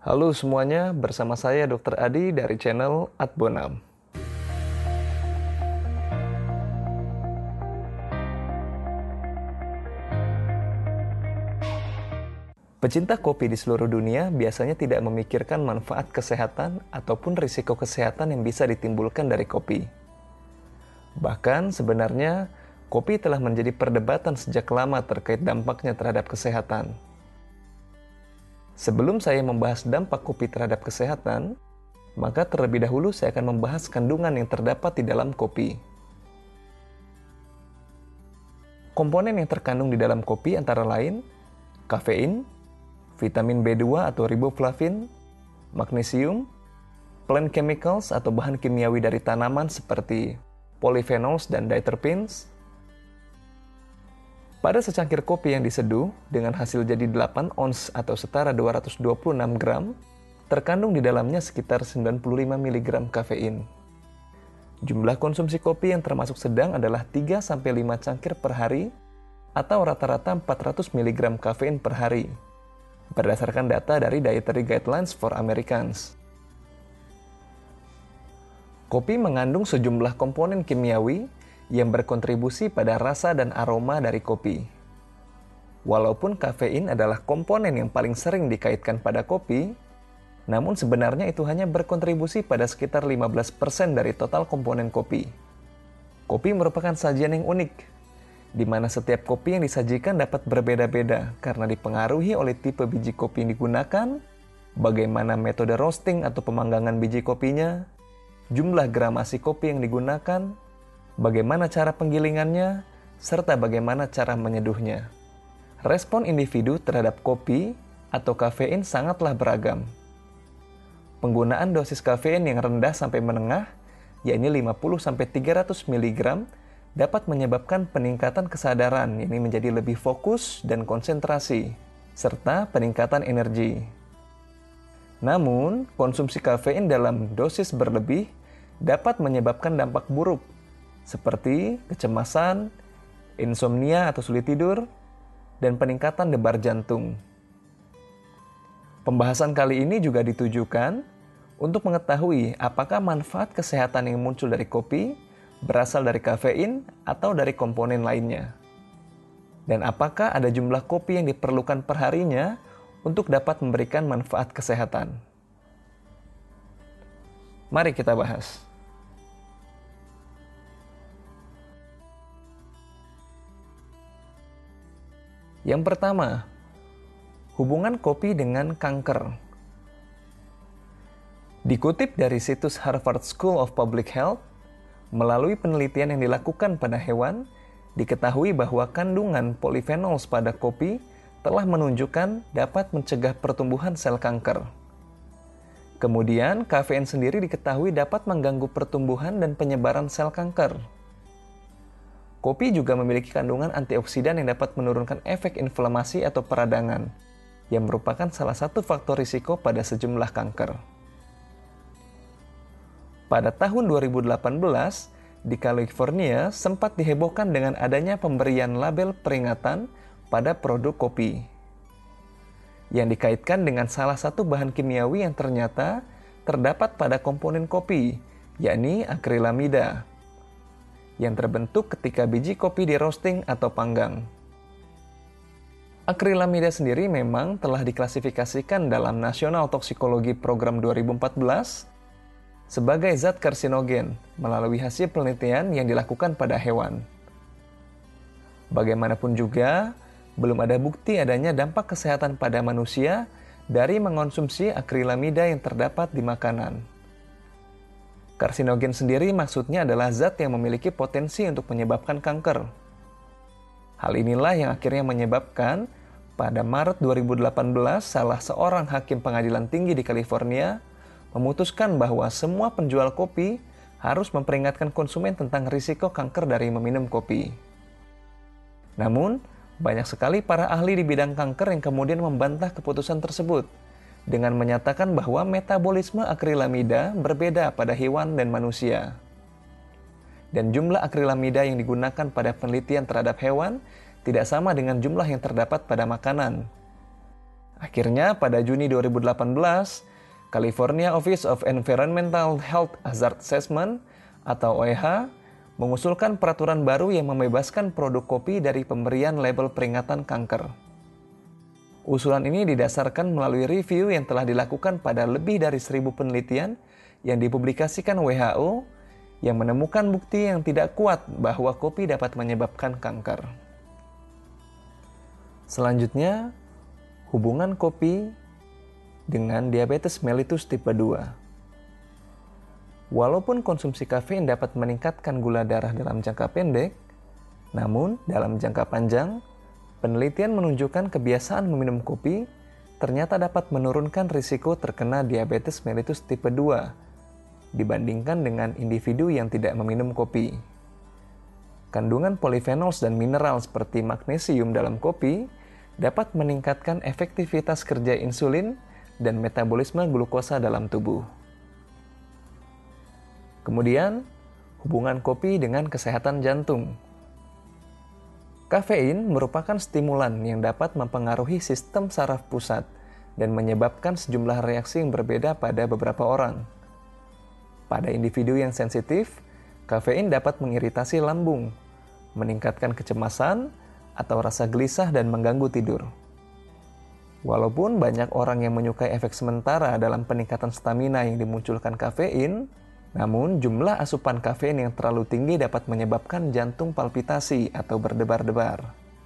Halo semuanya, bersama saya Dr. Adi dari channel Adbonam. Pecinta kopi di seluruh dunia biasanya tidak memikirkan manfaat kesehatan ataupun risiko kesehatan yang bisa ditimbulkan dari kopi. Bahkan sebenarnya, kopi telah menjadi perdebatan sejak lama terkait dampaknya terhadap kesehatan. Sebelum saya membahas dampak kopi terhadap kesehatan, maka terlebih dahulu saya akan membahas kandungan yang terdapat di dalam kopi. Komponen yang terkandung di dalam kopi antara lain kafein, vitamin B2 atau riboflavin, magnesium, plant chemicals atau bahan kimiawi dari tanaman seperti polyphenols dan diterpenes. Pada secangkir kopi yang diseduh dengan hasil jadi 8 ons atau setara 226 gram, terkandung di dalamnya sekitar 95 mg kafein. Jumlah konsumsi kopi yang termasuk sedang adalah 3-5 cangkir per hari atau rata-rata 400 mg kafein per hari, berdasarkan data dari Dietary Guidelines for Americans. Kopi mengandung sejumlah komponen kimiawi yang berkontribusi pada rasa dan aroma dari kopi. Walaupun kafein adalah komponen yang paling sering dikaitkan pada kopi, namun sebenarnya itu hanya berkontribusi pada sekitar 15% dari total komponen kopi. Kopi merupakan sajian yang unik, di mana setiap kopi yang disajikan dapat berbeda-beda karena dipengaruhi oleh tipe biji kopi yang digunakan, bagaimana metode roasting atau pemanggangan biji kopinya, jumlah gramasi kopi yang digunakan, bagaimana cara penggilingannya, serta bagaimana cara menyeduhnya. Respon individu terhadap kopi atau kafein sangatlah beragam. Penggunaan dosis kafein yang rendah sampai menengah, yakni 50-300 mg, dapat menyebabkan peningkatan kesadaran, yakni menjadi lebih fokus dan konsentrasi, serta peningkatan energi. Namun, konsumsi kafein dalam dosis berlebih dapat menyebabkan dampak buruk, seperti kecemasan, insomnia atau sulit tidur, dan peningkatan debar jantung. Pembahasan kali ini juga ditujukan untuk mengetahui apakah manfaat kesehatan yang muncul dari kopi berasal dari kafein atau dari komponen lainnya. Dan apakah ada jumlah kopi yang diperlukan perharinya untuk dapat memberikan manfaat kesehatan. Mari kita bahas. Yang pertama, hubungan kopi dengan kanker. Dikutip dari situs Harvard School of Public Health, melalui penelitian yang dilakukan pada hewan, diketahui bahwa kandungan polyphenols pada kopi telah menunjukkan dapat mencegah pertumbuhan sel kanker. Kemudian, kafein sendiri diketahui dapat mengganggu pertumbuhan dan penyebaran sel kanker. Kopi juga memiliki kandungan antioksidan yang dapat menurunkan efek inflamasi atau peradangan, yang merupakan salah satu faktor risiko pada sejumlah kanker. Pada tahun 2018, di California sempat dihebohkan dengan adanya pemberian label peringatan pada produk kopi, yang dikaitkan dengan salah satu bahan kimiawi yang ternyata terdapat pada komponen kopi, yakni akrilamida, yang terbentuk ketika biji kopi di roasting atau panggang. Akrilamida sendiri memang telah diklasifikasikan dalam National Toxicology Program 2014 sebagai zat karsinogen melalui hasil penelitian yang dilakukan pada hewan. Bagaimanapun juga, belum ada bukti adanya dampak kesehatan pada manusia dari mengonsumsi akrilamida yang terdapat di makanan. Karsinogen sendiri maksudnya adalah zat yang memiliki potensi untuk menyebabkan kanker. Hal inilah yang akhirnya menyebabkan pada Maret 2018 salah seorang hakim pengadilan tinggi di California memutuskan bahwa semua penjual kopi harus memperingatkan konsumen tentang risiko kanker dari meminum kopi. Namun, banyak sekali para ahli di bidang kanker yang kemudian membantah keputusan tersebut dengan menyatakan bahwa metabolisme akrilamida berbeda pada hewan dan manusia. Dan jumlah akrilamida yang digunakan pada penelitian terhadap hewan tidak sama dengan jumlah yang terdapat pada makanan. Akhirnya pada Juni 2018, California Office of Environmental Health Hazard Assessment atau OEH mengusulkan peraturan baru yang membebaskan produk kopi dari pemberian label peringatan kanker. Usulan ini didasarkan melalui review yang telah dilakukan pada lebih dari 1.000 penelitian yang dipublikasikan WHO yang menemukan bukti yang tidak kuat bahwa kopi dapat menyebabkan kanker. Selanjutnya, hubungan kopi dengan diabetes mellitus tipe 2. Walaupun konsumsi kafein dapat meningkatkan gula darah dalam jangka pendek, namun dalam jangka panjang, penelitian menunjukkan kebiasaan meminum kopi ternyata dapat menurunkan risiko terkena diabetes mellitus tipe 2 dibandingkan dengan individu yang tidak meminum kopi. Kandungan polyphenols dan mineral seperti magnesium dalam kopi dapat meningkatkan efektivitas kerja insulin dan metabolisme glukosa dalam tubuh. Kemudian, hubungan kopi dengan kesehatan jantung. Kafein merupakan stimulan yang dapat mempengaruhi sistem saraf pusat dan menyebabkan sejumlah reaksi yang berbeda pada beberapa orang. Pada individu yang sensitif, kafein dapat mengiritasi lambung, meningkatkan kecemasan, atau rasa gelisah dan mengganggu tidur. Walaupun banyak orang yang menyukai efek sementara dalam peningkatan stamina yang dimunculkan kafein, namun jumlah asupan kafein yang terlalu tinggi dapat menyebabkan jantung palpitasi atau berdebar-debar.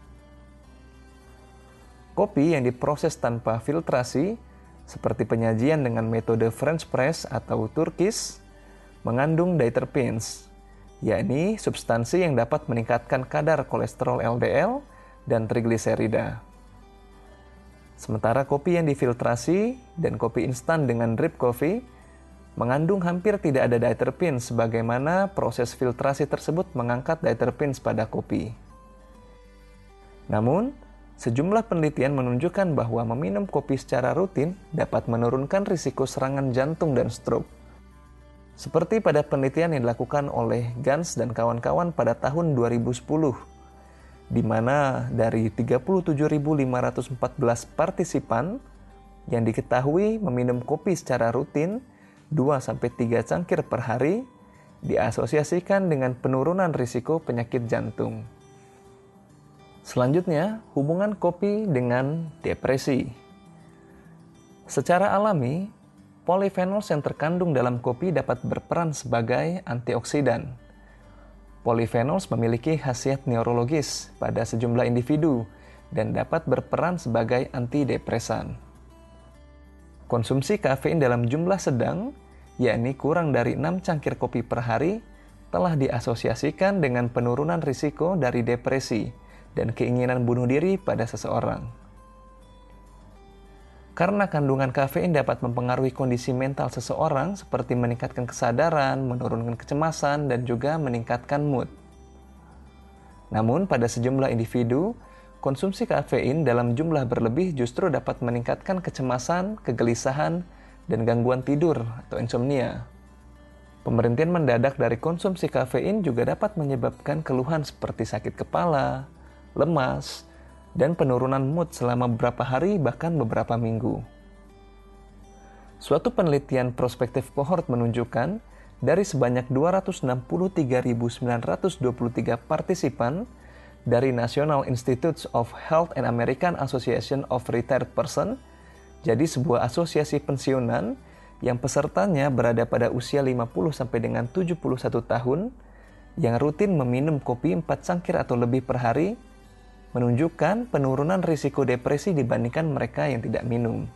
Kopi yang diproses tanpa filtrasi, seperti penyajian dengan metode French press atau Turkish, mengandung diterpenes, yakni substansi yang dapat meningkatkan kadar kolesterol LDL dan trigliserida. Sementara kopi yang difiltrasi dan kopi instan dengan drip coffee mengandung hampir tidak ada diterpenes sebagaimana proses filtrasi tersebut mengangkat diterpenes pada kopi. Namun, sejumlah penelitian menunjukkan bahwa meminum kopi secara rutin dapat menurunkan risiko serangan jantung dan stroke. Seperti pada penelitian yang dilakukan oleh Gans dan kawan-kawan pada tahun 2010, di mana dari 37.514 partisipan yang diketahui meminum kopi secara rutin 2-3 cangkir per hari diasosiasikan dengan penurunan risiko penyakit jantung. Selanjutnya, hubungan kopi dengan depresi. Secara alami, polyphenols yang terkandung dalam kopi dapat berperan sebagai antioksidan. Polyphenols memiliki khasiat neurologis pada sejumlah individu dan dapat berperan sebagai antidepresan. Konsumsi kafein dalam jumlah sedang, yakni kurang dari 6 cangkir kopi per hari, telah diasosiasikan dengan penurunan risiko dari depresi dan keinginan bunuh diri pada seseorang. Karena kandungan kafein dapat mempengaruhi kondisi mental seseorang seperti meningkatkan kesadaran, menurunkan kecemasan, dan juga meningkatkan mood. Namun pada sejumlah individu, konsumsi kafein dalam jumlah berlebih justru dapat meningkatkan kecemasan, kegelisahan, dan gangguan tidur atau insomnia. Pemberhentian mendadak dari konsumsi kafein juga dapat menyebabkan keluhan seperti sakit kepala, lemas, dan penurunan mood selama beberapa hari bahkan beberapa minggu. Suatu penelitian prospektif kohort menunjukkan dari sebanyak 263.923 partisipan dari National Institutes of Health and American Association of Retired Persons, jadi sebuah asosiasi pensiunan yang pesertanya berada pada usia 50 sampai dengan 71 tahun, yang rutin meminum kopi 4 cangkir atau lebih per hari, menunjukkan penurunan risiko depresi dibandingkan mereka yang tidak minum.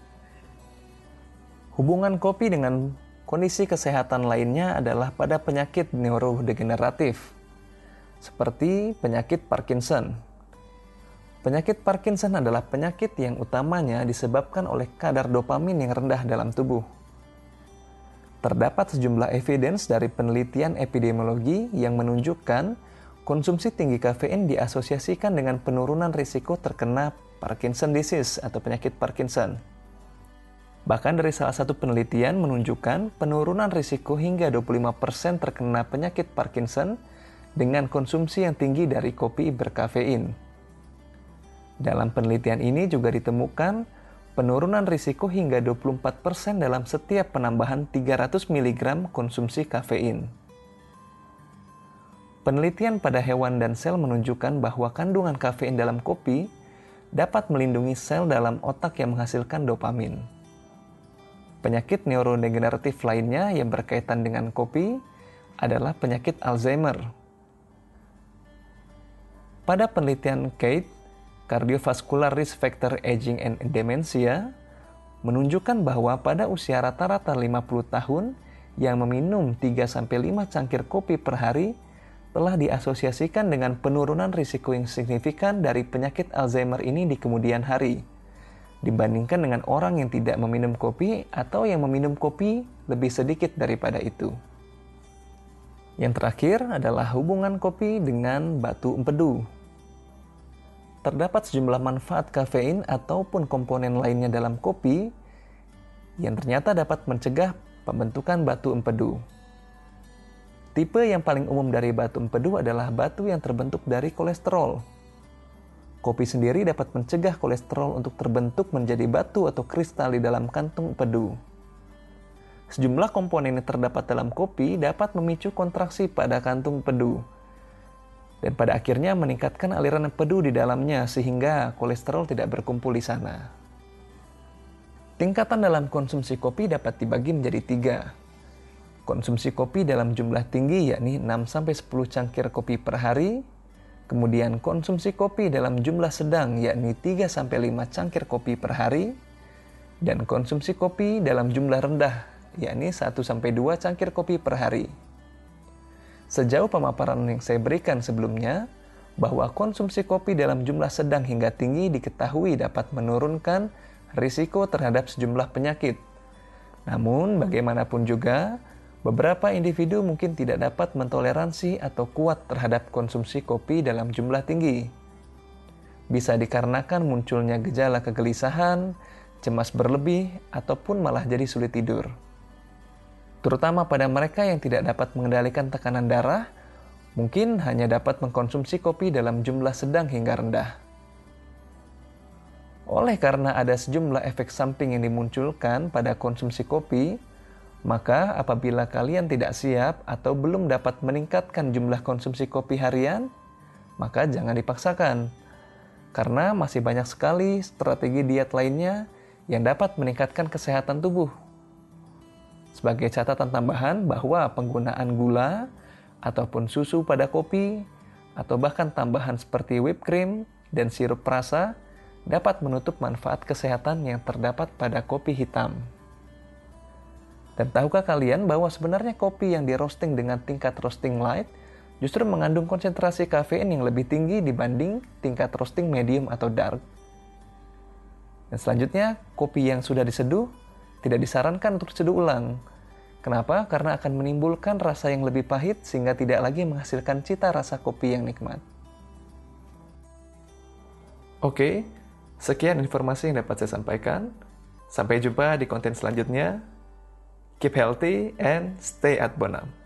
Hubungan kopi dengan kondisi kesehatan lainnya adalah pada penyakit neurodegeneratif, seperti penyakit Parkinson. Penyakit Parkinson adalah penyakit yang utamanya disebabkan oleh kadar dopamin yang rendah dalam tubuh. Terdapat sejumlah evidence dari penelitian epidemiologi yang menunjukkan konsumsi tinggi kafein diasosiasikan dengan penurunan risiko terkena Parkinson disease atau penyakit Parkinson. Bahkan dari salah satu penelitian menunjukkan penurunan risiko hingga 25% terkena penyakit Parkinson dengan konsumsi yang tinggi dari kopi berkafein. Dalam penelitian ini juga ditemukan penurunan risiko hingga 24% dalam setiap penambahan 300 mg konsumsi kafein. Penelitian pada hewan dan sel menunjukkan bahwa kandungan kafein dalam kopi dapat melindungi sel dalam otak yang menghasilkan dopamin. Penyakit neurodegeneratif lainnya yang berkaitan dengan kopi adalah penyakit Alzheimer. Pada penelitian Kate, Cardiovascular Risk Factor Aging and Dementia, menunjukkan bahwa pada usia rata-rata 50 tahun yang meminum 3-5 cangkir kopi per hari telah diasosiasikan dengan penurunan risiko yang signifikan dari penyakit Alzheimer ini di kemudian hari, dibandingkan dengan orang yang tidak meminum kopi atau yang meminum kopi lebih sedikit daripada itu. Yang terakhir adalah hubungan kopi dengan batu empedu. Terdapat sejumlah manfaat kafein ataupun komponen lainnya dalam kopi yang ternyata dapat mencegah pembentukan batu empedu. Tipe yang paling umum dari batu empedu adalah batu yang terbentuk dari kolesterol. Kopi sendiri dapat mencegah kolesterol untuk terbentuk menjadi batu atau kristal di dalam kantung empedu. Sejumlah komponen yang terdapat dalam kopi dapat memicu kontraksi pada kantung empedu, dan pada akhirnya meningkatkan aliran empedu di dalamnya sehingga kolesterol tidak berkumpul di sana. Tingkatan dalam konsumsi kopi dapat dibagi menjadi 3. Konsumsi kopi dalam jumlah tinggi yakni 6-10 cangkir kopi per hari, kemudian konsumsi kopi dalam jumlah sedang yakni 3-5 cangkir kopi per hari, dan konsumsi kopi dalam jumlah rendah yakni 1-2 cangkir kopi per hari. Sejauh pemaparan yang saya berikan sebelumnya, bahwa konsumsi kopi dalam jumlah sedang hingga tinggi diketahui dapat menurunkan risiko terhadap sejumlah penyakit. Namun, bagaimanapun juga, beberapa individu mungkin tidak dapat mentoleransi atau kuat terhadap konsumsi kopi dalam jumlah tinggi. Bisa dikarenakan munculnya gejala kegelisahan, cemas berlebih, ataupun malah jadi sulit tidur. Terutama pada mereka yang tidak dapat mengendalikan tekanan darah, mungkin hanya dapat mengkonsumsi kopi dalam jumlah sedang hingga rendah. Oleh karena ada sejumlah efek samping yang dimunculkan pada konsumsi kopi, maka apabila kalian tidak siap atau belum dapat meningkatkan jumlah konsumsi kopi harian, maka jangan dipaksakan. Karena masih banyak sekali strategi diet lainnya yang dapat meningkatkan kesehatan tubuh. Sebagai catatan tambahan bahwa penggunaan gula ataupun susu pada kopi atau bahkan tambahan seperti whipped cream dan sirup perasa dapat menutup manfaat kesehatan yang terdapat pada kopi hitam. Dan tahukah kalian bahwa sebenarnya kopi yang di roasting dengan tingkat roasting light justru mengandung konsentrasi kafein yang lebih tinggi dibanding tingkat roasting medium atau dark? Dan selanjutnya, kopi yang sudah diseduh tidak disarankan untuk diseduh ulang. Kenapa? Karena akan menimbulkan rasa yang lebih pahit sehingga tidak lagi menghasilkan cita rasa kopi yang nikmat. Oke, sekian informasi yang dapat saya sampaikan. Sampai jumpa di konten selanjutnya. Keep healthy and stay at Bonam.